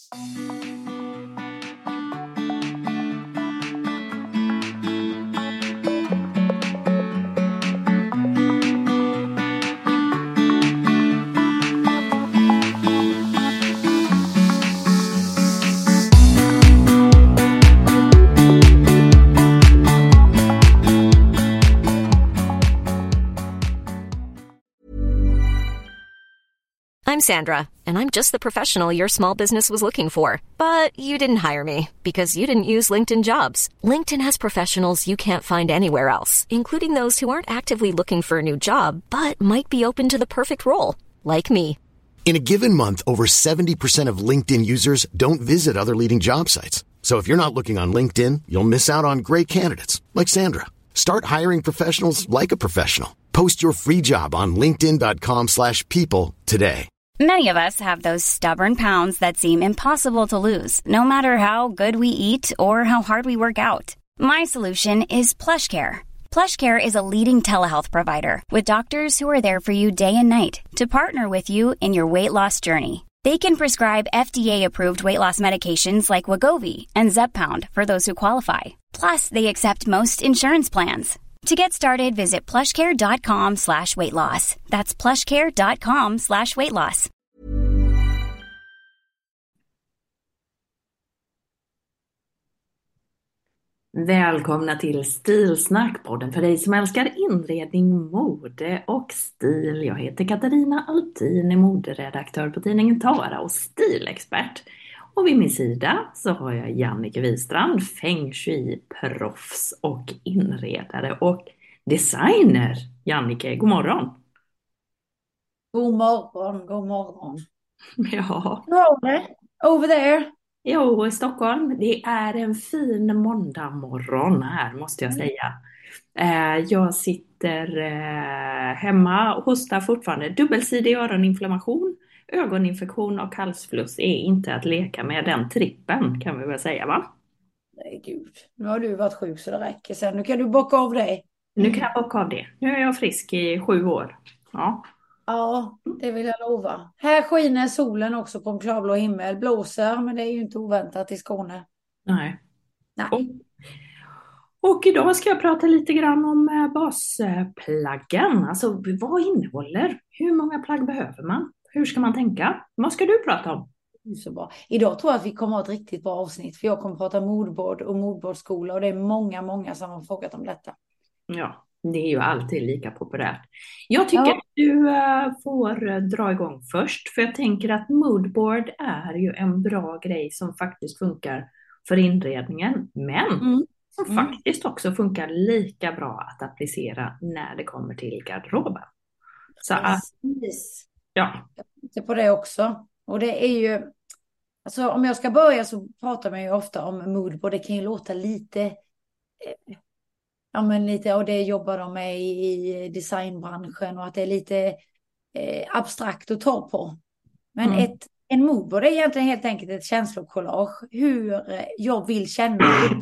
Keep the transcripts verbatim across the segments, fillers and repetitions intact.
I'm Sandra, and I'm just the professional your small business was looking for. But you didn't hire me because you didn't use LinkedIn Jobs. LinkedIn has professionals you can't find anywhere else, including those who aren't actively looking for a new job, but might be open to the perfect role, like me. In a given month, over seventy percent of LinkedIn users don't visit other leading job sites. So if you're not looking on LinkedIn, you'll miss out on great candidates like Sandra. Start hiring professionals like a professional. Post your free job on linkedin dot com slash people today. Many of us have those stubborn pounds that seem impossible to lose, no matter how good we eat or how hard we work out. My solution is PlushCare. PlushCare is a leading telehealth provider with doctors who are there for you day and night to partner with you in your weight loss journey. They can prescribe F D A-approved weight loss medications like Wegovy and Zepbound for those who qualify. Plus, they accept most insurance plans. To get started, visit plushcare.com slash weight loss. That's plushcare.com slash weight loss. Välkomna till Stilsnack-podden för dig som älskar inredning, mode och stil. Jag heter Katarina Altin, är moderedaktör på tidningen Tara och stilexpert. Och vid min sida så har jag Jannike Wistrand, feng shui-proffs och inredare och designer. Jannike, god morgon. God morgon, god morgon. Ja. Hur är det? Over there? Jo, i Stockholm. Det är en fin måndag morgon här, måste jag säga. Eh, jag sitter eh, hemma och hostar fortfarande. Dubbelsidig öroninflammation, ögoninfektion och halsfluss är inte att leka med. Den trippen kan vi väl säga, va? Nej gud, nu har du varit sjuk så det räcker sen. Nu kan du bocka av dig. Nu kan jag bocka av det. Nu är jag frisk i sju år. Ja. Ja, det vill jag lova. Här skiner solen också på en klarblå himmel. Blåser, men det är ju inte oväntat i Skåne. Nej. Nej. Och, och idag ska jag prata lite grann om basplaggen. Alltså, vad innehåller? Hur många plagg behöver man? Hur ska man tänka? Vad ska du prata om? Så bra. Idag tror jag att vi kommer att ha ett riktigt bra avsnitt. För jag kommer att prata moodboard och moodboardskola. Och det är många, många som har frågat om detta. Ja, det är ju alltid lika populärt. Jag tycker Ja. att du uh, får dra igång först. För jag tänker att moodboard är ju en bra grej som faktiskt funkar för inredningen. Men Mm. som Mm. faktiskt också funkar lika bra att applicera när det kommer till garderoben. Så att, Precis. ja. Jag tänkte på det också. Och det är ju, alltså om jag ska börja så pratar man ju ofta om moodboard. Det kan ju låta lite, eh, ja men lite, och det jobbar de med i, i designbranschen och att det är lite eh, abstrakt att ta på. Men Mm. ett, en moodboard är egentligen helt enkelt ett känslokollage. Hur eh, jag vill känna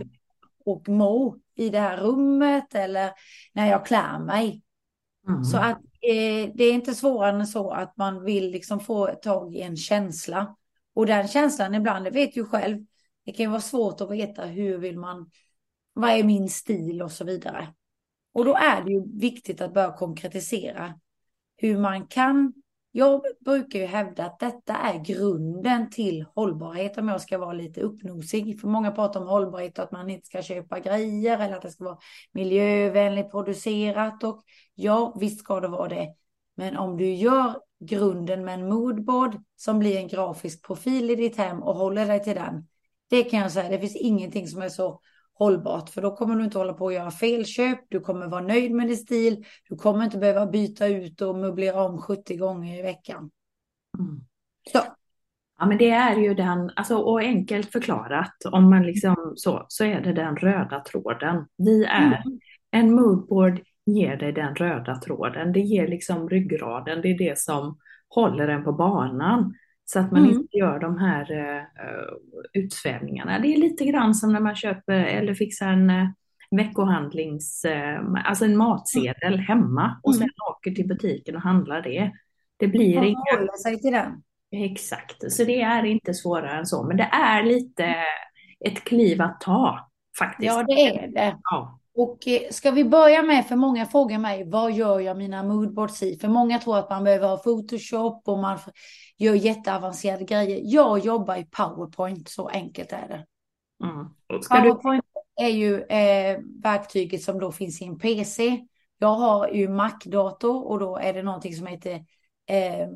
och må i det här rummet eller när jag klär mig. Mm. Så att eh, det är inte svårare än så att man vill liksom få tag i en känsla. Och den känslan ibland, det vet ju själv, det kan ju vara svårt att veta hur vill man, vad är min stil och så vidare. Och då är det ju viktigt att börja konkretisera hur man kan. Jag brukar ju hävda att detta är grunden till hållbarhet, om jag ska vara lite uppnosig. För många pratar om hållbarhet och att man inte ska köpa grejer eller att det ska vara miljövänligt producerat. Och ja, visst ska det vara det. Men om du gör grunden med en moodboard som blir en grafisk profil i ditt hem och håller dig till den. Det kan jag säga, det finns ingenting som är så hållbart, för då kommer du inte hålla på att göra felköp, du kommer vara nöjd med din stil, du kommer inte behöva byta ut och möblera om sjuttio gånger i veckan. Mm. Så. Ja, men det är ju den, alltså, och enkelt förklarat, om man liksom så, så är det den röda tråden. Vi är, Mm. en moodboard ger dig den röda tråden, det ger liksom ryggraden, det är det som håller en på banan. Så att man Mm. inte gör de här uh, utsvävningarna. Det är lite grann som när man köper eller fixar en uh, veckohandlings, uh, alltså en matsedel Mm. hemma och sen Mm. åker till butiken och handlar det. Det blir Man inga... håller sig till den. Exakt, så det är inte svårare än så, men det är lite ett kliv att ta faktiskt. Ja, det är det. Ja. Och eh, ska vi börja med, för många frågar mig, vad gör jag mina moodboards i? För många tror att man behöver ha Photoshop och man gör jätteavancerade grejer. Jag jobbar i PowerPoint, så enkelt är det. Mm. Ska du... PowerPoint är ju eh, verktyget som då finns i en P C. Jag har ju Mac-dator och då är det någonting som heter eh,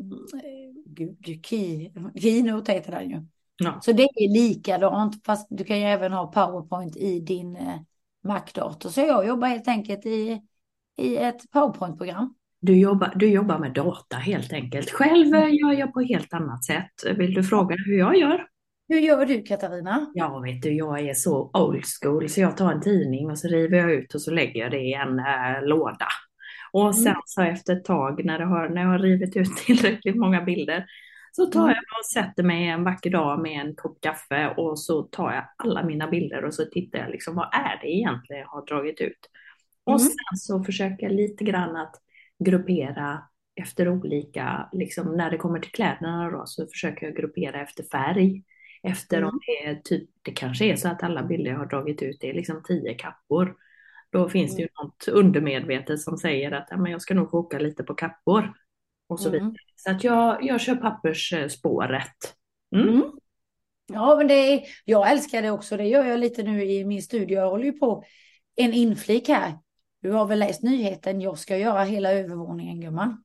gud, Key, Keynote heter den ju. Ja. Så det är likadant, fast du kan ju även ha PowerPoint i din eh, Mac-dator. Så jag jobbar helt enkelt i, i ett PowerPoint-program. Du jobbar, du jobbar med data helt enkelt. Själv gör jag på helt annat sätt. Vill du fråga hur jag gör? Hur gör du, Katarina? Ja, vet du, jag är så old school så jag tar en tidning och så river jag ut och så lägger jag det i en äh, låda. Och sen Mm. så efter ett tag när, det har, när jag har rivit ut tillräckligt många bilder så tar Mm. jag och sätter mig en vacker dag med en kopp kaffe och så tar jag alla mina bilder och så tittar jag liksom vad är det egentligen jag har dragit ut. Och Mm. sen så försöker jag lite grann att gruppera efter olika, liksom när det kommer till kläderna då, så försöker jag gruppera efter färg. Efter Mm. om det är typ, det kanske är så att alla bilder jag har dragit ut är liksom tio kappor. Då finns det ju något undermedvetet som säger att ja, men jag ska nog foka lite på kappor. Och så vidare. Mm. Så att jag, jag kör pappersspåret. Mm. Mm. Ja, men det är, jag älskar det också. Det gör jag lite nu i min studio. Jag håller ju på en inflik här. Du har väl läst nyheten? Jag ska göra hela övervåningen, gumman.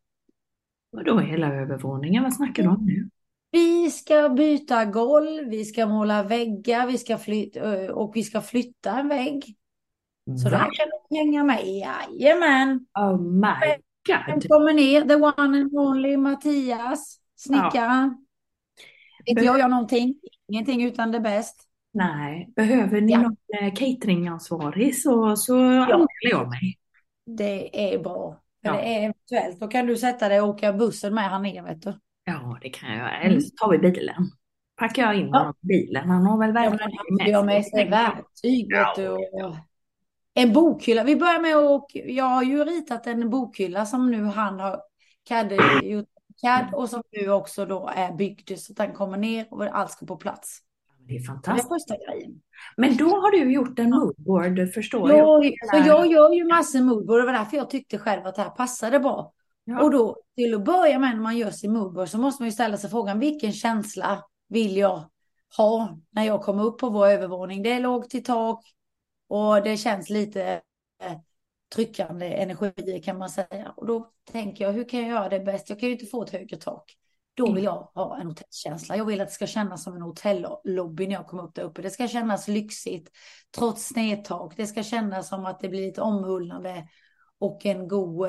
Vadå hela övervåningen? Vad snackar du om nu? Vi ska byta golv, vi ska måla väggar, vi ska flytta, och vi ska flytta en vägg. Så Va? där kan du hänga med. Jajamän. Oh my Vem god. kommer ner? The one and only Mattias, snickaren. Vet Be- jag gör någonting? Ingenting utan det bäst. Nej, behöver ni Ja. någon eh, cateringansvarig så, så Ja. anmäler jag mig. Det är bra. För Ja. det är eventuellt. Då kan du sätta dig och åka bussen med han ner, vet du. Ja, det kan jag. Eller så tar vi bilen. Packar jag in Ja. honom i bilen. Han har väl Ja, verkligen men han har med sig verktyg, vet Ja, du. Och en bokhylla. Vi börjar med att, jag har ju ritat en bokhylla som nu han har C A D, gjort C A D och som nu också då är byggd så att den kommer ner och allt ska på plats. Det är Det är fantastiskt. första grejen. Men då har du gjort en moodboard, förstår jag. Jag, så jag gör ju massor moodboard och det var därför jag tyckte själv att det här passade bra. Ja. Och då till att börja med när man gör sin moodboard så måste man ju ställa sig frågan, vilken känsla vill jag ha när jag kommer upp på vår övervåning? Det är lågt i tak och det känns lite eh, tryckande energier kan man säga. Och då tänker jag, hur kan jag göra det bäst? Jag kan ju inte få ett högre tak. Då vill jag ha en hotellkänsla. Jag vill att det ska kännas som en hotellobby när jag kommer upp där uppe. Det ska kännas lyxigt trots snedtak. Det ska kännas som att det blir lite omhullande och en god,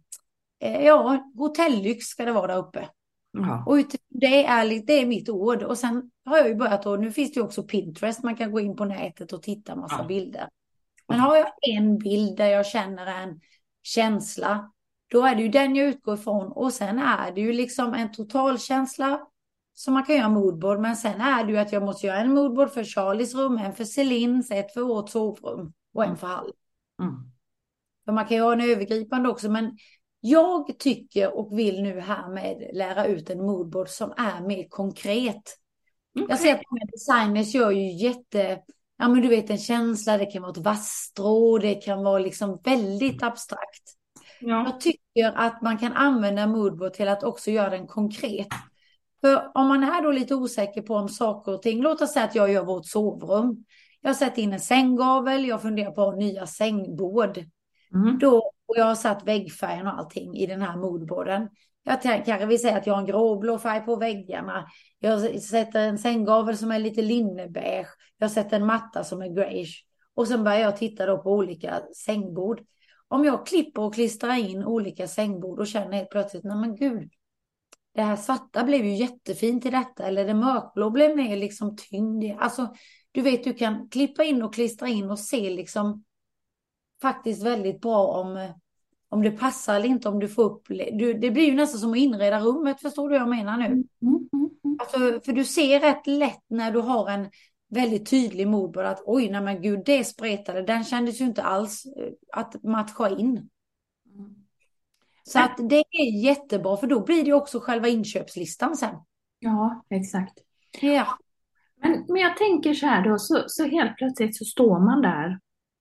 eh, ja, hotellyx ska det vara där uppe. Ja. Och det är, det är mitt ord. Och sen har jag ju börjat, och nu finns det ju också Pinterest. Man kan gå in på nätet och titta massa Ja. bilder. Men har jag en bild där jag känner en känsla, då är det ju den jag utgår ifrån. Och sen är det ju liksom en totalkänsla som man kan göra moodboard. Men sen är det ju att jag måste göra en moodboard för Charlies rum, en för Celins, ett för vårt sovrum och en för Hall. Mm. För man kan ju ha en övergripande också. Men jag tycker och vill nu här med lära ut en moodboard som är mer konkret. Okay. Jag ser att många designers gör ju jätte... Ja, men du vet, en känsla, det kan vara ett vasstrå, det kan vara liksom väldigt abstrakt. Ja. Jag tycker att man kan använda moodboard till att också göra den konkret. För om man är då lite osäker på om saker och ting, låt oss säga att jag gör vårt sovrum. Jag har satt in en sänggavel, jag funderar på nya sängbord. Mm. Då, och jag har satt väggfärgen och allting i den här moodboarden. Jag kanske vill säga att jag har en gråblå färg på väggarna. Jag sätter en sänggavel som är lite linnebeige. Jag sätter en matta som är greyish. Och sen börjar jag titta då på olika sängbord. Om jag klipper och klistrar in olika sängbord och känner helt plötsligt, nej men gud, det här svarta blev ju jättefint i detta. Eller det mörkblå blev mer liksom tyngd. Alltså, du vet, du kan klippa in och klistra in och se liksom faktiskt väldigt bra om, om det passar eller inte, om du får upp. Du, det blir ju nästan som att inreda rummet, förstår du vad jag menar nu? Mm, mm, mm. Alltså, för du ser rätt lätt när du har en väldigt tydlig moodboard att oj, nej men gud, det spretade. Den kändes ju inte alls att matcha in. Mm. Så att det är jättebra, för då blir det också själva inköpslistan sen. Ja, exakt. Ja. Men, men jag tänker så här då, så, så helt plötsligt så står man där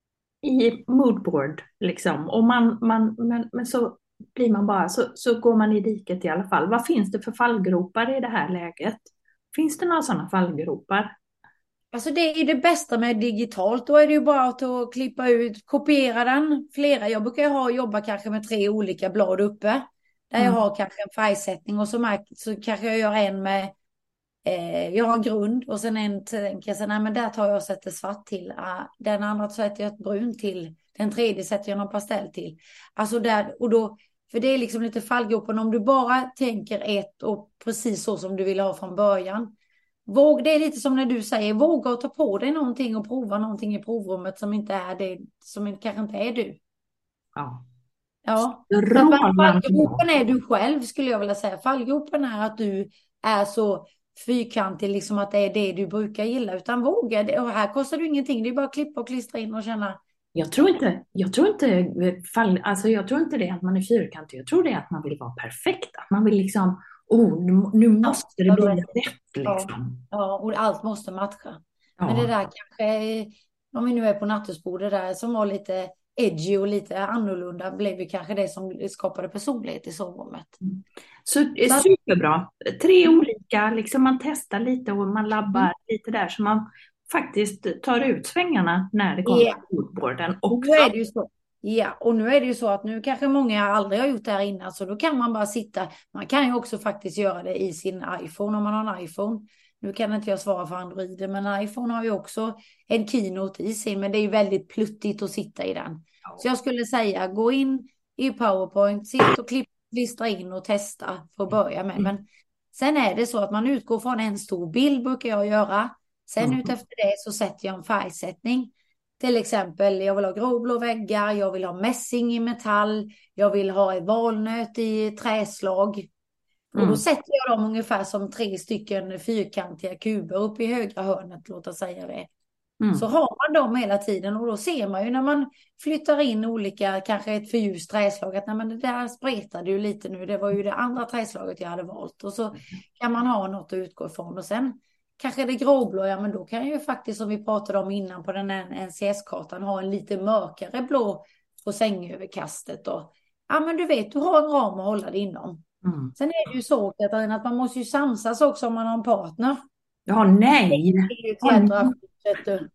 i moodboard liksom. Och man, man, men, men så blir man bara, så, så går man i diket i alla fall. Vad finns det för fallgropar i det här läget? Finns det några sådana fallgropar? Alltså det är det bästa med digitalt. Då är det ju bara att ta- klippa ut, kopiera den. Flera, jag brukar ha jobba kanske med tre olika blad uppe. Där jag Mm. har kanske en färgsättning och så, märk, så kanske jag gör en med, eh, jag har en grund och sen en tänker jag så, nej men där tar jag och sätter svart till. Ah, den andra sätter jag ett brunt till. Den tredje sätter jag någon pastell till. Alltså där, och då, för det är liksom lite fallgropen om du bara tänker ett och precis så som du vill ha från början. Våg, det är lite som när du säger, våga att ta på dig någonting och prova någonting i provrummet som inte är det, som kanske inte är du. Ja. Ja, för att Strålande. fallgropen är du själv skulle jag vilja säga. Fallgropen är att du är så fyrkantig, liksom att det är det du brukar gilla. Utan våga, det, och här kostar du ingenting, det är bara att klippa och klistra in och känna. Jag tror inte, jag tror inte, fall, alltså jag tror inte det att man är fyrkantig. Jag tror det att man vill vara perfekt. Att man vill liksom, oh, nu, nu måste det bli rätt liksom. Ja, och allt måste matcha. Ja. Men det där kanske, om vi nu är på nattduksbordet där som var lite edgy och lite annorlunda, blev ju kanske det som skapade personlighet i sovrummet. Så, Så superbra. Tre olika, liksom man testar lite och man labbar mm. lite där så man faktiskt tar ut svängarna när det kommer yeah. till moodboarden också. Nu är det ju så. Ja, och nu är det ju så att nu kanske många aldrig har gjort det här innan, så då kan man bara sitta. Man kan ju också faktiskt göra det i sin iPhone om man har en iPhone. Nu kan inte jag svara för Android, men iPhone har ju också en keynote i sig, men det är ju väldigt pluttigt att sitta i den. Ja. Så jag skulle säga, gå in i PowerPoint, sitt och klippa, klistra in och testa för att börja med. Men sen är det så att man utgår från en stor bild brukar jag göra. Sen mm. utefter det så sätter jag en färgsättning. Till exempel, jag vill ha gråblå väggar, jag vill ha mässing i metall, jag vill ha ett valnöt i träslag. Mm. Och då sätter jag dem ungefär som tre stycken fyrkantiga kuber upp i högra hörnet, låt oss säga det. Mm. Så har man dem hela tiden och då ser man ju när man flyttar in olika, kanske ett förljust träslag, att nej, men det där spretade ju lite nu, det var ju det andra träslaget jag hade valt. Och så kan man ha något att utgå ifrån och sen kanske det gråblå, ja men då kan jag ju faktiskt, som vi pratade om innan på den här N C S-kartan, ha en lite mörkare blå på sängöverkastet. Och, ja men du vet, du har en ram att hålla det inom. Mm. Sen är det ju så Katarina, att man måste ju samsas också om man har en partner. Ja, nej. Det är ju ett jädra skit.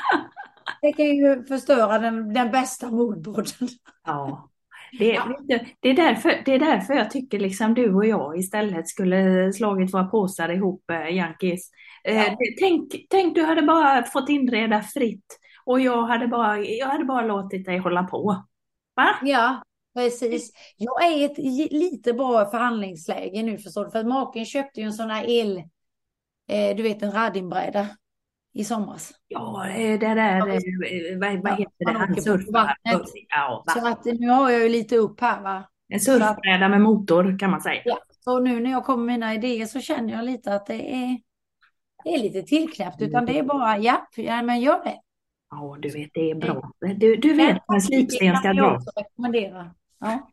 Det kan ju förstöra den, den bästa moodboarden. Ja. Det, det, är därför, det är därför jag tycker liksom du och jag istället skulle slagit våra påsar ihop, eh, Yankees. Eh, ja. tänk, tänk du hade bara fått inreda fritt och jag hade bara, jag hade bara låtit dig hålla på. Va? Ja, precis. Jag är i ett lite bra förhandlingsläge nu förstår du. För att maken köpte ju en sån här el, eh, du vet en radinbräda i somras. Ja, det där, ja, vad, vad heter det? Han surfar. Ja, så att nu har jag ju lite upp här va. En surfbräda med motor kan man säga. Ja, så nu när jag kommer med mina idéer så känner jag lite att det är, det är lite tillknäppt. Utan det är bara, ja, ja men gör det. Ja, du vet, det är bra. Du, du vet vad en slipsten ska dra. Rekommendera. Ja.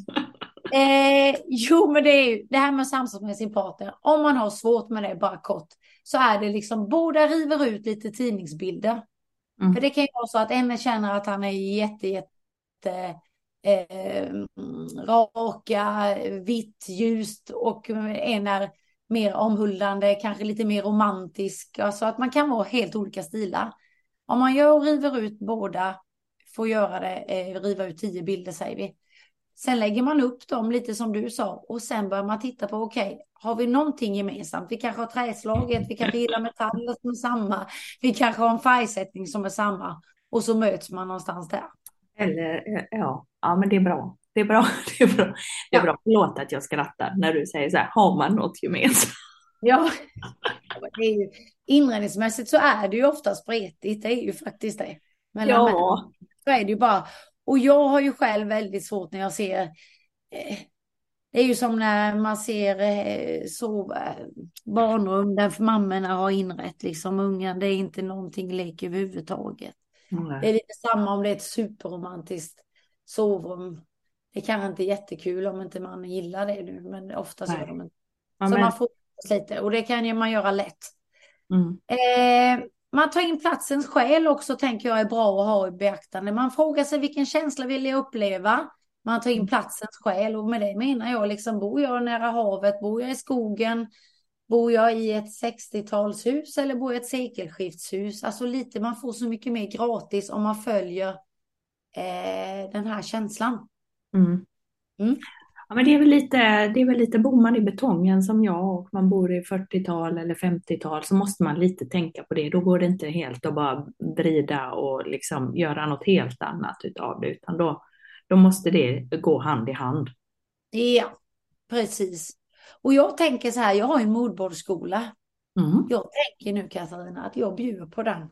eh, jo, men det är ju det här med samsas med sin partner. Om man har svårt med det bara kort, så är det liksom, båda river ut lite tidningsbilder. Mm. För det kan ju vara så att en känner att han är jätte, jätte eh, raka, vitt, ljust och en är mer omhuldande, kanske lite mer romantisk. Alltså att man kan vara helt olika stilar. Om man gör och river ut båda, får göra det, eh, riva ut tio bilder säger vi. Sen lägger man upp dem lite som du sa och sen börjar man titta på okej, okay, har vi någonting gemensamt? Vi kanske har träslaget, vi kanske gillar metaller som är samma, vi kanske har en färgsättning som är samma och så möts man någonstans där. Eller ja, ja men det är bra. Det är bra, det är bra. Det är bra. Förlåt att jag skrattar när du säger så här, har man något gemensamt? Ja, det är ju, inredningsmässigt så är det ju ofta spretigt, det är ju faktiskt det. Men ja. Så är det ju bara. Och jag har ju själv väldigt svårt när jag ser, eh, det är ju som när man ser eh, så eh, barnrum där mammorna har inrätt liksom ungen, det är inte någonting lek överhuvudtaget. Mm. Det är lite samma om det är ett superromantiskt sovrum. Det kanske inte är jättekul om inte man gillar det nu, men oftast gör de inte. Så men... man får lite. Och det kan ju man göra lätt. Mm. Eh, man tar in platsens själ också, tänker jag är bra att ha i beaktande. Man frågar sig vilken känsla vill jag uppleva. Man tar in platsens själ, och med det menar jag liksom, bor jag nära havet, bor jag i skogen, bor jag i ett sextiotalshus eller bor jag i ett sekelskiftshus? Alltså lite, man får så mycket mer gratis om man följer eh, den här känslan. Mm. Mm. Ja, men det är väl lite, det är väl lite bor man i betongen som jag och man bor i fyrtiotal eller femtiotal, så måste man lite tänka på det. Då går det inte helt att bara vrida och liksom göra något helt annat utav det, utan då, då måste det gå hand i hand. Ja, precis. Och jag tänker så här, jag har en moodboardskola. Mm. Jag tänker nu, Katarina, att jag bjuder på den.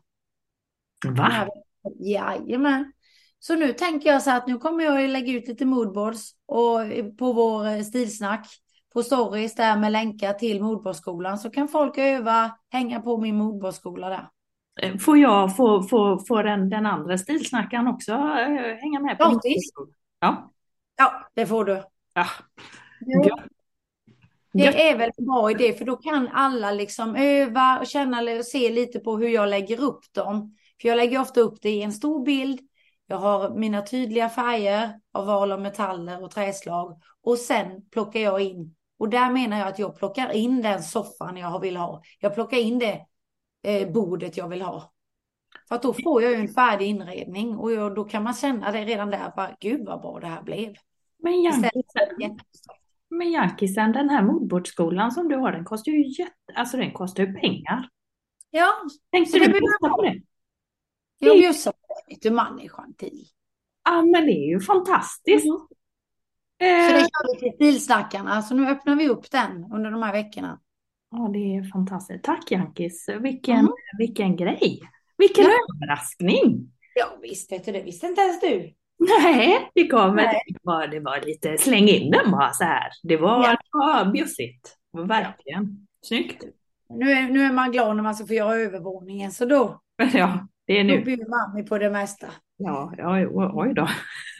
Va? Jajamän. Så nu tänker jag så här att nu kommer jag att lägga ut lite moodboards och på vår stilsnack på stories där med länkar till moodboardskolan, så kan folk öva, hänga på min moodboardskola där. Får jag få, få, få den, den andra stilsnackaren också äh, hänga med på Ja, moodboardskolan? Ja. Ja, det får du. Ja. Ja. Det är väl en bra idé, för då kan alla liksom öva och känna och se lite på hur jag lägger upp dem. För jag lägger ofta upp det i en stor bild. Jag har mina tydliga färger av val av metaller och träslag. Och sen plockar jag in. Och där menar jag att jag plockar in den soffan jag vill ha. Jag plockar in det eh, bordet jag vill ha. För att då får jag ju en färdig inredning. Och jag, då kan man känna det redan där. Bara, gud vad bra det här blev. Men Jankisen, men Jankisen, den här moodboardskolan som du har, den kostar ju jätte, alltså den kostar ju pengar. Ja. Tänkte du bjussa på det? Jag bjussar på det, vet du, människan till. Ja, men det är ju fantastiskt. Mm. Eh, Så det kör vi till stilsnackarna. Så nu öppnar vi upp den under de här veckorna. Ja, det är fantastiskt. Tack Jankis. Vilken, Mm. vilken grej. Vilken Ja. överraskning. Ja visst, vet du, det visste inte ens du. Nej, det kom Nej. det var, det var lite släng in den bara så här. Det var, Ja. det var bjussigt. Verkligen. Snyggt. Nu är, nu är man glad när man ska få göra övervåningen. Så då, Ja, det är då nu. bjuder man på det mesta. Ja, ja, oj då.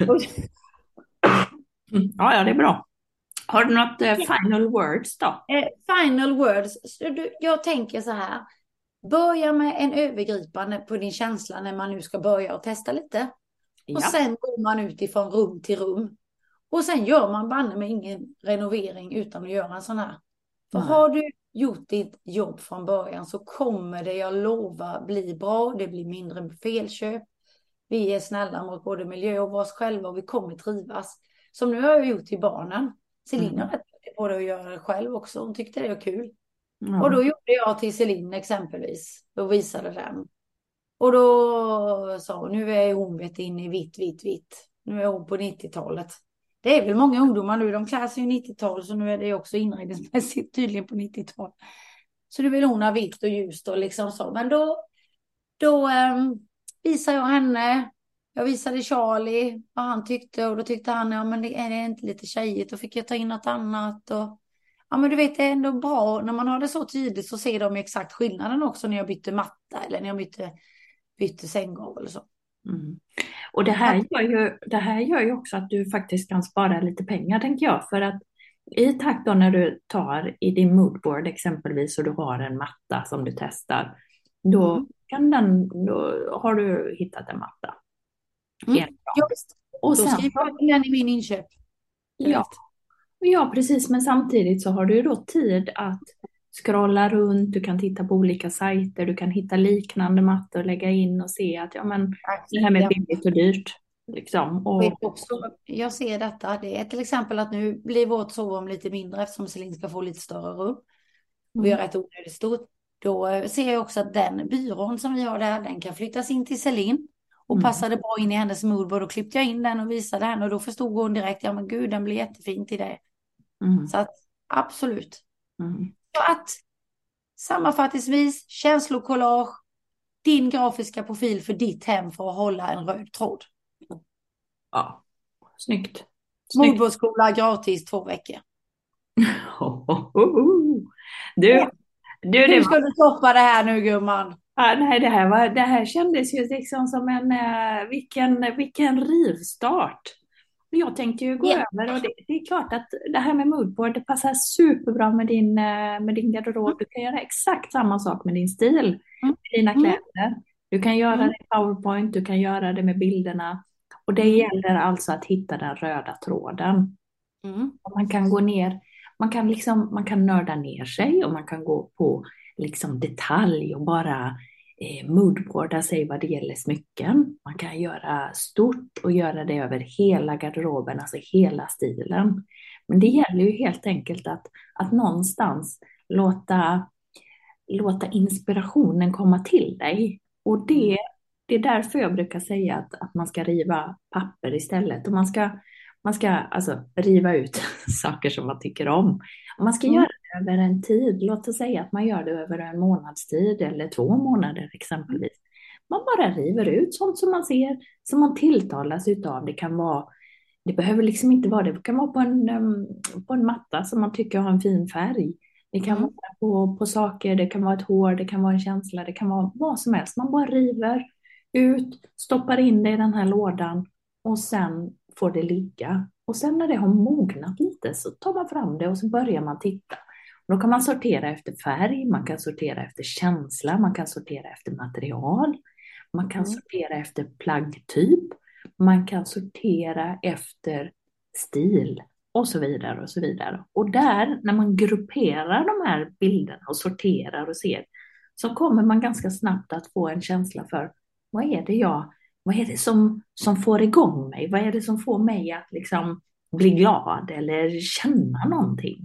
Ja, ja, det är bra. Har du något eh, final words då? Eh, final words. Så du, jag tänker så här. Börja med en övergripande på din känsla när man nu ska börja och testa lite. Ja. Och sen går man ut ifrån rum till rum. Och sen gör man banne med ingen renovering utan att göra en sån här. För Nej. har du gjort ditt jobb från början så kommer det, jag lovar, bli bra. Det blir mindre felköp. Vi är snälla mot både miljö och oss själva och vi kommer trivas. Som nu har jag gjort till barnen. Celine Mm. har rätt på det att göra det själv också. Hon tyckte det var kul. Ja. Och då gjorde jag till Celine exempelvis. Då visade den. Och då sa hon, nu är hon vet inne i vitt, vitt, vitt. Nu är hon på nittiotalet. Det är väl många ungdomar nu, de klär sig i nittiotal, så nu är det också inredningsmässigt tydligen på nittiotal. Så nu vill hon ha vitt och ljust och liksom så. Men då, då um, visade jag henne, jag visade Charlie vad han tyckte, och då tyckte han, ja men det är det inte lite tjejigt, då fick jag ta in något annat. Och ja men du vet, det är ändå bra, när man har det så tydligt så ser de exakt skillnaden också när jag bytte matta eller när jag bytte, bytte sänggolv eller så. Mm. Och det här, gör ju, det här gör ju också att du faktiskt kan spara lite pengar, tänker jag. För att i takt då när du tar i din moodboard exempelvis och du har en matta som du testar, då, Mm. kan den, då har du hittat en matta. Mm. Helt bra. Ja, visst. Och Då sen, skriver jag in den i min inköp. ja, ja, precis. Men samtidigt så har du ju då tid att scrolla runt, du kan titta på olika sajter, du kan hitta liknande mattor och lägga in och se att ja, men det här med billigt och dyrt. Liksom. Och, Vet också, jag ser detta, det är till exempel att nu blir vårt sovrum lite mindre eftersom Celine ska få lite större rum. Och vi har ett onödigt stort. Då ser jag också att den byrån som vi har där, den kan flyttas in till Celine. Och Mm. passade bra in i hennes moodboard, och klippte jag in den och visade henne. Och då förstod hon direkt, ja men gud, den blir jättefin till det. mm, Så att, absolut. mm. Så att, sammanfattningsvis, känslokollage, din grafiska profil för ditt hem för att hålla en röd tråd. Ja, snyggt. Snyggt. Moodboardskola gratis två veckor. Du, du, det Hur var, ska du stoppa det här nu, gumman? ja, nej, det här var, det här kändes ju liksom som en, eh, vilken, vilken rivstart. Jag tänkte ju gå Ja. över och det, det är klart att det här med moodboard, det passar superbra med din, eh, med din garderob. Du kan göra exakt samma sak med din stil, Mm. med dina Mm. kläder. Du kan göra Mm. det i PowerPoint, du kan göra det med bilderna. Och det Mm. gäller alltså att hitta den röda tråden. Mm. Och man kan gå ner, man kan liksom, man kan nörda ner sig och man kan gå på liksom detalj och bara eh, moodboarda sig vad det gäller smycken. Man kan göra stort och göra det över hela garderoben, alltså hela stilen. Men det gäller ju helt enkelt att, att någonstans låta, låta inspirationen komma till dig. Och det, det är därför jag brukar säga att, att man ska riva papper istället. Och man ska, man ska alltså riva ut saker som man tycker om. Och man ska Mm. göra det över en tid. Låt oss säga att man gör det över en månadstid eller två månader exempelvis. Man bara river ut sånt som man ser, som man tilltalas utav. Det kan vara, det behöver liksom inte vara det. Det kan vara på en, um, på en matta som man tycker har en fin färg. Det kan Mm. vara på, på saker, det kan vara ett hår, det kan vara en känsla, det kan vara vad som helst. Man bara river ut, stoppar in det i den här lådan och sen får det ligga. Och sen när det har mognat lite så tar man fram det och så börjar man titta. Och då kan man sortera efter färg, man kan sortera efter känsla, man kan sortera efter material, man kan Mm. sortera efter plaggtyp, man kan sortera efter stil och så vidare och så vidare. Och där, när man grupperar de här bilderna och sorterar och ser, så kommer man ganska snabbt att få en känsla för vad är det jag, vad är det som, som får igång mig? Vad är det som får mig att liksom bli glad eller känna någonting?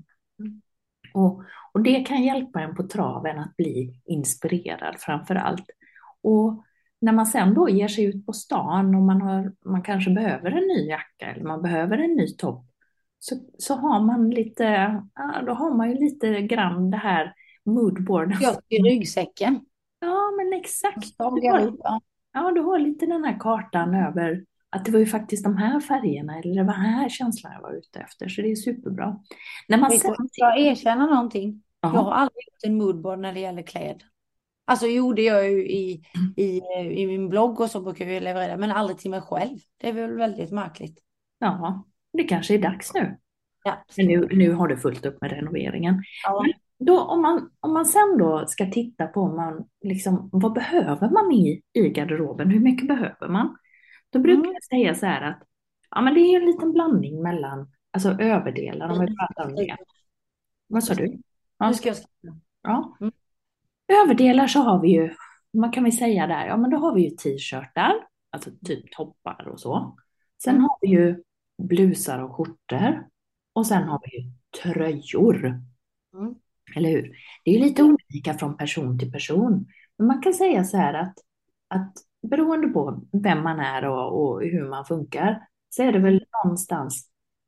Och, och det kan hjälpa en på traven att bli inspirerad framför allt. Och när man sen då ger sig ut på stan och man, har, man kanske behöver en ny jacka eller man behöver en ny topp, så, så har man lite, ja, då har man ju lite grann det här moodboarden. Gött i ryggsäcken. Ja, men exakt. Du Stagar har, upp, ja. ja, du har lite den här kartan över att det var ju faktiskt de här färgerna eller det var den här känslan jag var ute efter. Så det är superbra. När man Vet sen... du, jag erkänner någonting. Jaha. Jag har aldrig gjort en moodboard när det gäller kläder. Alltså jo, det gör jag ju i, i, i min blogg och så brukar jag leverera, men aldrig till mig själv. Det är väl väldigt märkligt. Ja, det kanske är dags nu. Ja. Men nu, nu har du fullt upp med renoveringen. Ja. Men då, om, man, om man sen då ska titta på om man, liksom, vad behöver man i, i garderoben? Hur mycket behöver man? Då brukar Mm. jag säga så här att ja, men det är en liten blandning mellan alltså överdelar om vi pratar om det. Vad sa du? Ja. Nu ska jag skriva. Ja. Mm. Överdelar så har vi ju, vad kan vi säga där? Ja, men då har vi ju t-shirtar, alltså typ toppar och så. Sen Mm. har vi ju blusar och skjortor. Och sen har vi ju tröjor. Mm. Eller hur? Det är ju lite olika från person till person. Men man kan säga så här att, att beroende på vem man är och, och hur man funkar, så är det väl någonstans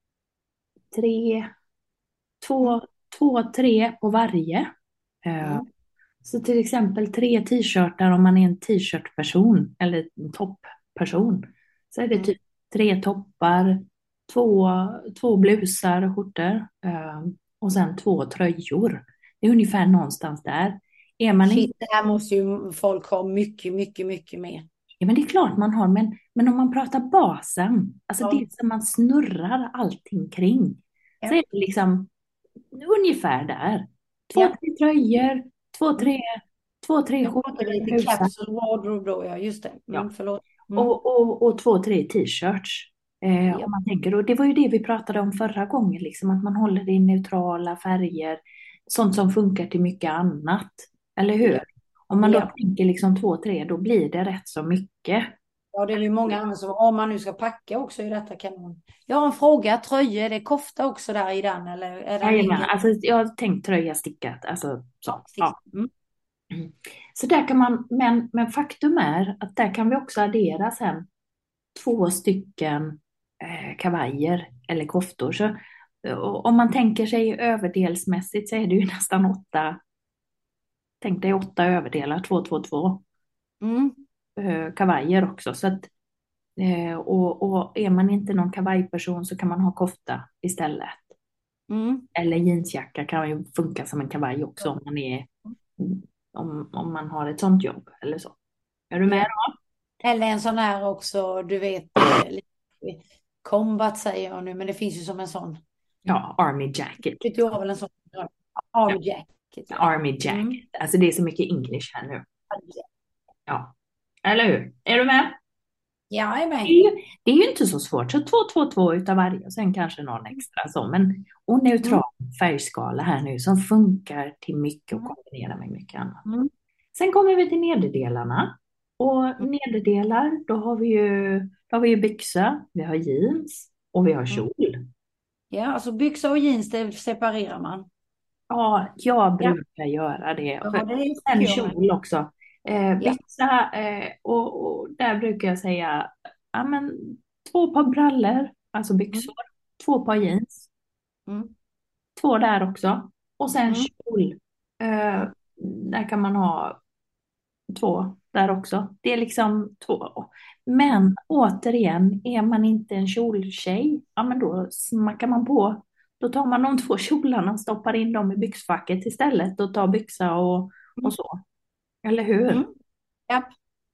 tre, två, två, tre på varje. Eh, Mm. Så till exempel tre t-shirtar om man är en t-shirtperson eller en toppperson. Så är det Mm. typ tre toppar, två, två blusar och skjortor eh, och sen två tröjor. Det är ungefär någonstans där. Är man Shit, inte, det här måste ju folk ha mycket, mycket, mycket mer. ja, men det är klart man har, men, men om man pratar basen, alltså Ja. det som man snurrar allting kring, Ja. så är det liksom ungefär där. Två, Ja. tre tröjor, två, tre, två, tre Jag skjortor, pratar lite husar. capsule wardrobe då, ja just det. Mm, Ja. förlåt. Mm. Och, och, och två, tre t-shirts. Eh, Ja. om man tänker, och det var ju det vi pratade om förra gången, liksom, att man håller det i neutrala färger, sånt som funkar till mycket annat, eller hur? Ja. Om man då Ja. tänker liksom två, tre, då blir det rätt så mycket. Ja, det är ju många andra som, om man nu ska packa också i detta kan man. Jag har en fråga, tröjor, är det kofta också där i den eller är den Jajamän, ingen? alltså, jag har tänkt tröja stickat, alltså så. Ja. Mm. Mm. Så där kan man, men, men faktum är att där kan vi också addera sen två stycken eh, kavajer eller koftor. Så, och om man tänker sig överdelsmässigt så är det ju nästan åtta, tänk dig åtta överdelar, två, två, två Mm. eh, kavajer också. Så att, eh, och, och är man inte någon kavajperson så kan man ha kofta istället. Mm. Eller jeansjacka kan ju funka som en kavaj också om man är om, om man har ett sånt jobb eller så. Är du med då? Eller en sån här också, du vet, eh, lite combat säger jag nu, men det finns ju som en sån. Ja, army jacket. Du har väl en sån? Army jacket. Ja. Army jacket. Mm. Alltså det är så mycket English här nu. Ja, eller hur? Är du med? Jag är Det är med. ju, det är ju inte så svårt. Så två, två, två utav varje och sen kanske någon extra så. Men, och neutral färgskala här nu som funkar till mycket och Mm. kombinera med mycket annat. Mm. Sen kommer vi till nederdelarna. Och nederdelar, då har vi ju, då har vi ju byxa, vi har jeans och vi har kjol. Ja, alltså byxor och jeans, det separerar man. Ja, jag brukar göra det. Ja, För det tycker sen jag med. kjol också. Eh, byxa eh, och, och där brukar jag säga ja, men, två par brallor, alltså byxor, två par jeans, Mm. två där också. Och sen Mm. kjol. Eh, där kan man ha två där också. Det är liksom två. Men återigen, är man inte en kjoltjej, ja men då smackar man på. Då tar man de två kjolarna och stoppar in dem i byxfacket istället och tar byxa och, och så. Eller hur? Mm. Ja.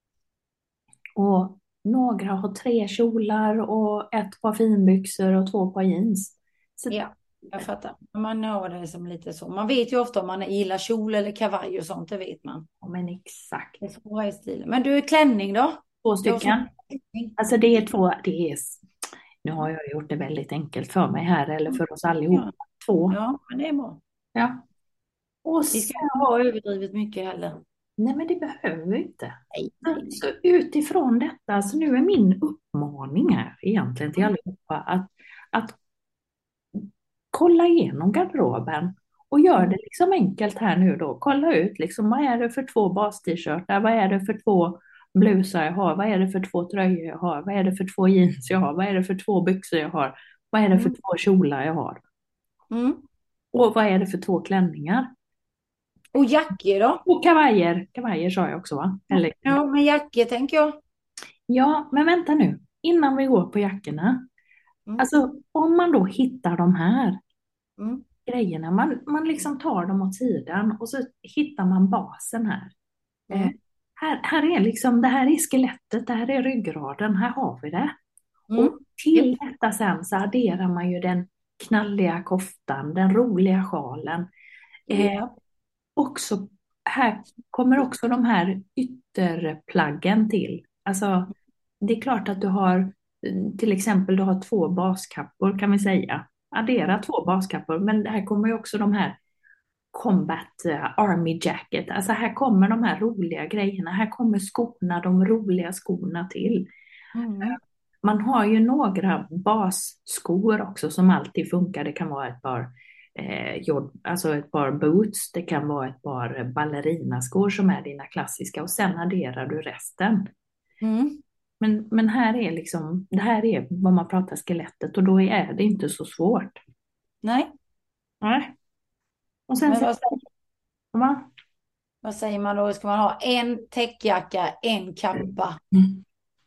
Och några har tre kjolar och ett par finbyxor och två par jeans. Så, Ja, jag fattar. Man har det som lite så. Man vet ju ofta om man gillar kjol eller kavaj och sånt, det vet man. ja, men exakt. Det är så bra i stilen. Men du, klänning då? Två Det var stycken. som- Alltså det är två, det är, nu har jag gjort det väldigt enkelt för mig här eller för oss allihopa. Två. Ja, men det är bra. Ja. Och Vi ska sen, inte ha överdrivet mycket heller. nej men det behöver vi inte. Nej. Så utifrån detta, så nu är min uppmaning här egentligen till allihopa att, att kolla igenom garderoben och gör det liksom enkelt här nu då. Kolla ut liksom vad är det för två bas-t-shirtar, vad är det för två blusar jag har, vad är det för två tröjor jag har, vad är det för två jeans jag har, vad är det för två byxor jag har, vad är det för Mm. två kjolar jag har Mm. och vad är det för två klänningar. Och jackor då? Och kavajer, kavajer sa jag också va? Eller, Ja, men jackor tänker jag. ja, men vänta nu, innan vi går på jackorna. Mm. Alltså om man då hittar de här Mm. grejerna, man, man liksom tar dem åt sidan och så hittar man basen här. Mm. Eh, här, här är liksom, det här är skelettet, det här är ryggraden, här har vi det. Mm. Och till detta sen så adderar man ju den knalliga koftan, den roliga sjalen. Eh, Ja. också, här kommer också de här ytterplaggen till. Alltså, det är klart att du har, till exempel du har två baskappor kan vi säga. Addera två baskappor, men här kommer ju också de här combat uh, army jacket. Alltså här kommer de här roliga grejerna. Här kommer skorna, de roliga skorna till. Mm. Man har ju några basskor också som alltid funkar. Det kan vara ett par, eh, jord, alltså ett par boots, det kan vara ett par ballerinaskor som är dina klassiska och sen adderar du resten. Mm. Men, men här är liksom, det här är vad man pratar skelettet och då är det inte så svårt. Nej, Nej. Och sen men så, vad säger, va? vad säger man då? Ska man ha en täckjacka, en kappa? Mm.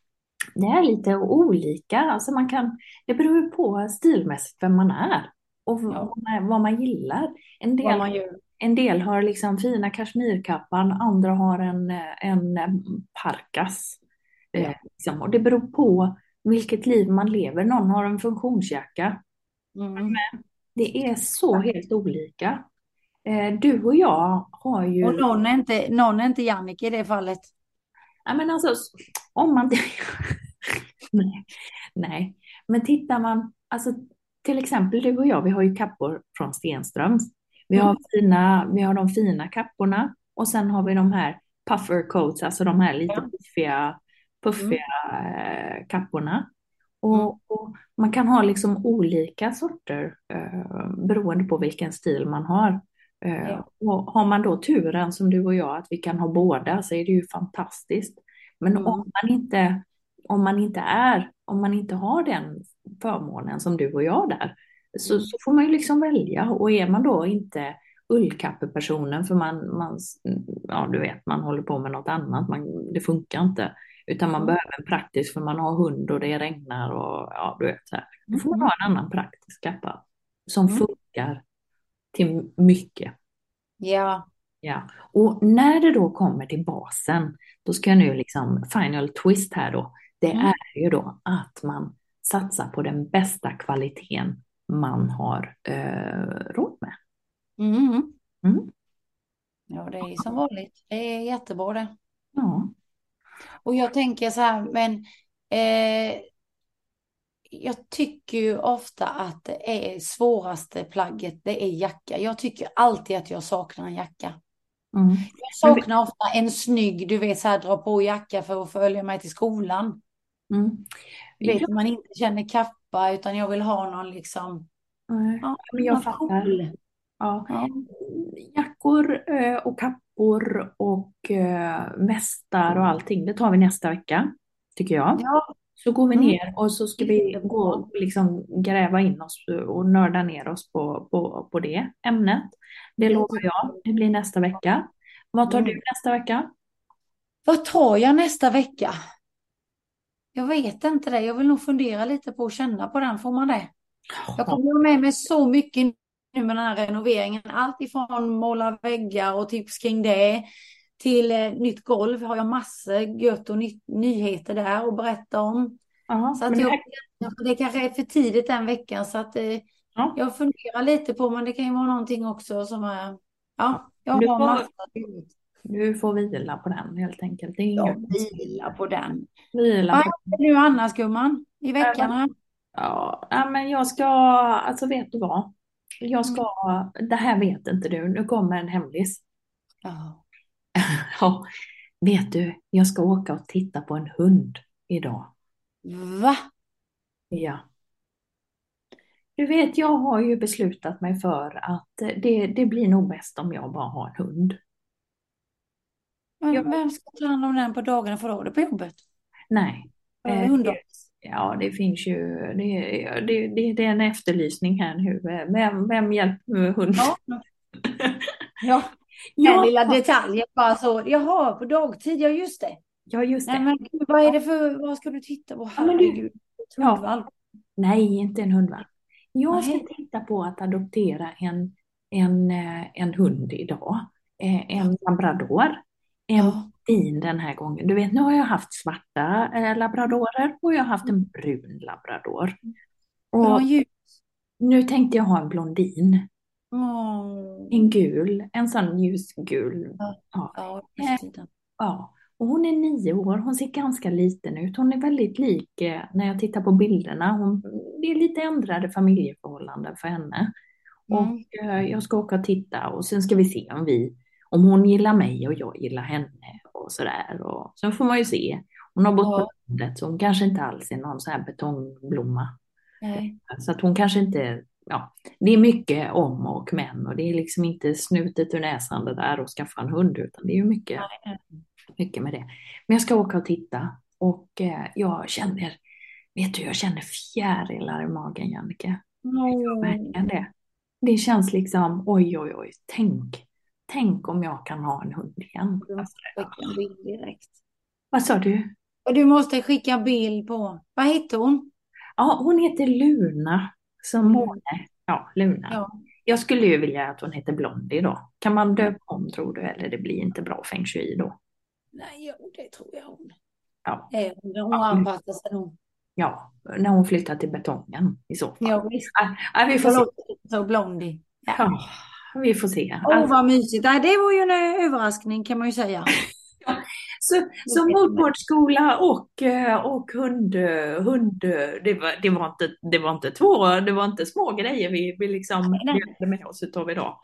Det är lite olika, alltså man kan, det beror ju på stilmässigt vem man är och Ja. vad, man, vad man gillar. En Vad del, man gör? en del har liksom fina kashmirkappan, andra har en, en parkas. Ja. Eh, liksom. Och det beror på vilket liv man lever. Någon har en funktionsjacka. Mm. Det är så helt olika. Eh, du och jag har ju... Och någon är inte, någon är inte Jannike i det fallet. Ja, men alltså, om man... nej, nej, men tittar man... Alltså, till exempel du och jag, vi har ju kappor från Stenströms. Vi har, Mm. fina, vi har de fina kapporna och sen har vi de här puffer coats, alltså de här lite Ja. puffiga, puffiga eh, kapporna. Och, Mm. och man kan ha liksom olika sorter eh, beroende på vilken stil man har. Eh, Ja. och har man då turen som du och jag att vi kan ha båda så är det ju fantastiskt. Men Mm. om man inte, om man inte är, om man inte har den förmånen som du och jag där, så, Mm. så får man ju liksom välja. Och är man då inte ullkappepersonen för man, man, ja du vet, man håller på med något annat, man, det funkar inte. Utan man Mm. behöver en praktisk för man har hund och det regnar och ja, du vet så här. Då får man Mm. ha en annan praktisk kappa som Mm. funkar till mycket. Ja. Ja. Och när det då kommer till basen, då ska jag nu liksom final twist här då. Det Mm. är ju då att man satsa på den bästa kvaliteten man har eh, råd med. Mm. Mm. Ja, det är som vanligt. Det är jättebra det. Ja. Och jag tänker så här, men eh, jag tycker ju ofta att det är svåraste plagget, det är jacka. Jag tycker alltid att jag saknar en jacka. Mm. Jag saknar ofta en snygg, du vet så här, dra på jacka för att följa mig till skolan. Mm. Du vet, Ja, man inte känner kappa, utan jag vill ha någon liksom, nej, ja, men jag något fattar. cool. Ja. Ja. Jackor eh, och kappor och eh, västar och allting, det tar vi nästa vecka, tycker jag. Ja. Så går vi Mm. ner och så ska vi gå och liksom gräva in oss och nörda ner oss på, på, på det ämnet. Det lovar jag, det blir nästa vecka. Vad tar Mm. du nästa vecka? Vad tar jag nästa vecka? Jag vet inte det. Jag vill nog fundera lite på och känna på den. Får man det? Jag kommer ha med mig så mycket nu med den här renoveringen. Allt ifrån måla väggar och tips kring det till eh, nytt golv. Har jag massor gött och ny- nyheter där att berätta om. Aha, Så att men det jag, här- det kanske är för tidigt den veckan. Så att eh, ja, jag funderar lite på, men det kan ju vara någonting också som är... Ja, jag du har får, massor. du får vila på den helt enkelt. Det är inga Jag vilar på den. vila Vad på händer nu annars, gumman? I veckan? här? Ja, ja, men jag ska, alltså vet du vad? Jag ska, det här vet inte du, nu kommer en hemlis. Ja. Ja, vet du, jag ska åka och titta på en hund idag. Va? Ja. Du vet, jag har ju beslutat mig för att det, det blir nog bäst om jag bara har en hund. Men Jag, vem ska ta hand om den på dagarna för att ha det på jobbet? nej. Äh, Eh, hundar. Ja, det finns ju, det, det, det, det är en efterlysning här nu. Vem, vem hjälper hunden? Ja. Ja, den Ja, lilla detaljen bara så. Jaha, på dagtid, ja just det. ja, just Nej det. men gud, vad är det för, vad ska du titta på? Ja, men du- Herregud. Ja. Hundvalp. Nej, inte en hundvalp. Jag ska Nej. titta på att adoptera en, en, eh, en hund idag. Eh, En labrador. En Ja. fin den här gången. Du vet, nu har jag haft svarta eh, labradorer och jag har haft en brun labrador. Vill du ha Och en ljus? nu tänkte jag ha en blondin. Åh. En gul, en sån ljusgul. Ja. Ja. Ja, Eh, just det. Ja, och hon är nio år, hon ser ganska liten ut. Hon är väldigt lik eh, när jag tittar på bilderna. Hon, det är lite ändrade familjeförhållanden för henne. Mm. Och eh, jag ska åka och titta och sen ska vi se om vi, om hon gillar mig och jag gillar henne och sådär. Och sen får man ju se. Hon har bott Ja. på landet så hon kanske inte alls är någon så här betongblomma. Nej. Så att hon kanske inte, ja, det är mycket om och men och det är liksom inte snutet ur näsan det där och skaffa en hund utan det är ju mycket, Nej. mycket med det. Men jag ska åka och titta och eh, jag känner, vet du, jag känner fjärilar i magen, Jannike. Åh. Verkligen det. Det känns liksom, oj, oj, oj, tänk, tänk om jag kan ha en hund igen. Du måste skicka en bild direkt. Vad sa du? Och du måste skicka en bild på, vad heter hon? Ja, hon heter Luna, som Måne. Ja, Luna. Ja. Jag skulle ju vilja att hon heter Blondie då. Kan man döpa om tror du, eller det blir inte bra feng shui då? Nej, jo, det tror jag hon. Ja, Eh, Hon anpassar sig nog. ja, när hon flyttar till betongen i så fall. Ja, visst. Ja, ja, vi får se. Så Blondie. Ja. Ja, vi får se. Åh, Alltså, vad mysigt. Nej, det var ju en eh, överraskning kan man ju säga. så så motorskola och, eh, och hund, eh, hund eh, det, var, det, var inte, det var inte två, det var inte små grejer vi, vi liksom Nej, nej. hade med oss utav idag.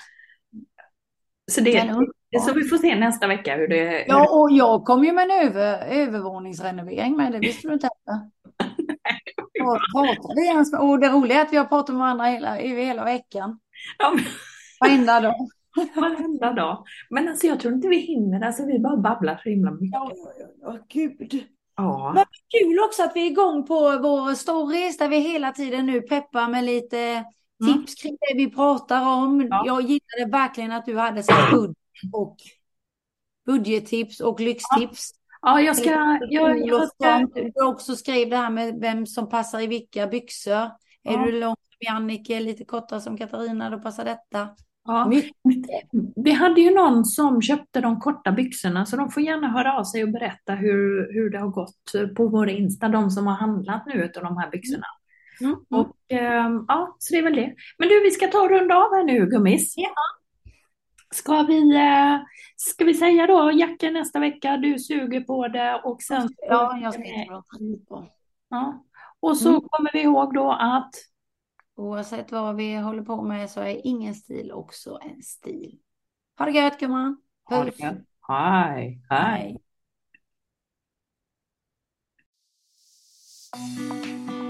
Så, det, Kanon. så vi får se nästa vecka hur det... Hur det Ja, och jag kom ju med en över, övervåningsrenovering med det visste du inte heller. Och pratade vi ens med, och det roliga är att vi har pratat med varandra hela, över hela veckan. ja, men- Varenda dag. varenda dag. Men alltså jag tror inte vi hinner, alltså vi bara babblar så himla mycket. Ja, ja, ja, ja, gud. Ja, Men kul också att vi är igång på vår stories där vi hela tiden nu peppar med lite tips kring det vi pratar om. Ja. Jag gillade verkligen att du hade så här budget och budgettips och lyxtips. ja jag ska... Jag, jag ska Du också skrev det här med vem som passar i vilka byxor. Är Ja. du lång som Jannike, lite kortare som Katarina, då passar detta. Ja. Mycket. Vi hade ju någon som köpte de korta byxorna, så de får gärna höra av sig och berätta hur, hur det har gått på vår Insta, de som har handlat nu av de här byxorna. Mm, mm. Och ehm, ja, så det är väl det. Men du, vi ska ta och runda av här nu, gummis. Ja. Ska vi, eh, ska vi säga då, Jacke nästa vecka, du suger på det och sen... Ja, jag ska inte vara skitbra. Ja. Och så Mm. kommer vi ihåg då att... Oavsett vad vi håller på med så är ingen stil också en stil. Ha det gött, gumman. Ha det Puss. gött. Hej, hej. Hej.